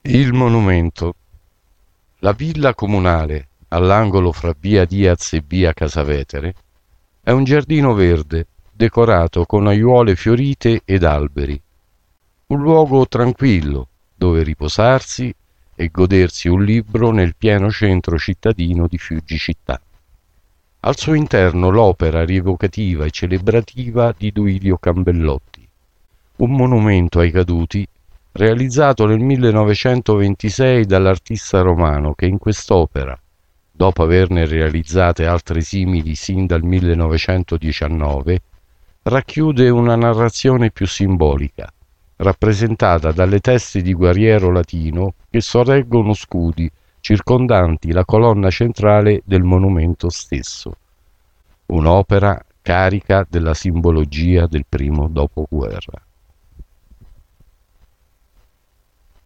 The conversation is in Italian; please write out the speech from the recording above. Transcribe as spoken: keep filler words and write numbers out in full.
Il monumento. La villa comunale, all'angolo fra via Diaz e via Casavetere, è un giardino verde, decorato con aiuole fiorite ed alberi. Un luogo tranquillo, dove riposarsi e godersi un libro nel pieno centro cittadino di Fiuggi città. Al suo interno l'opera rievocativa e celebrativa di Duilio Cambellotti, un monumento ai caduti realizzato nel millenovecentoventisei dall'artista romano che in quest'opera, dopo averne realizzate altre simili sin dal millenovecentodiciannove, racchiude una narrazione più simbolica, rappresentata dalle teste di guerriero latino che sorreggono scudi circondanti la colonna centrale del monumento stesso. Un'opera carica della simbologia del primo dopoguerra.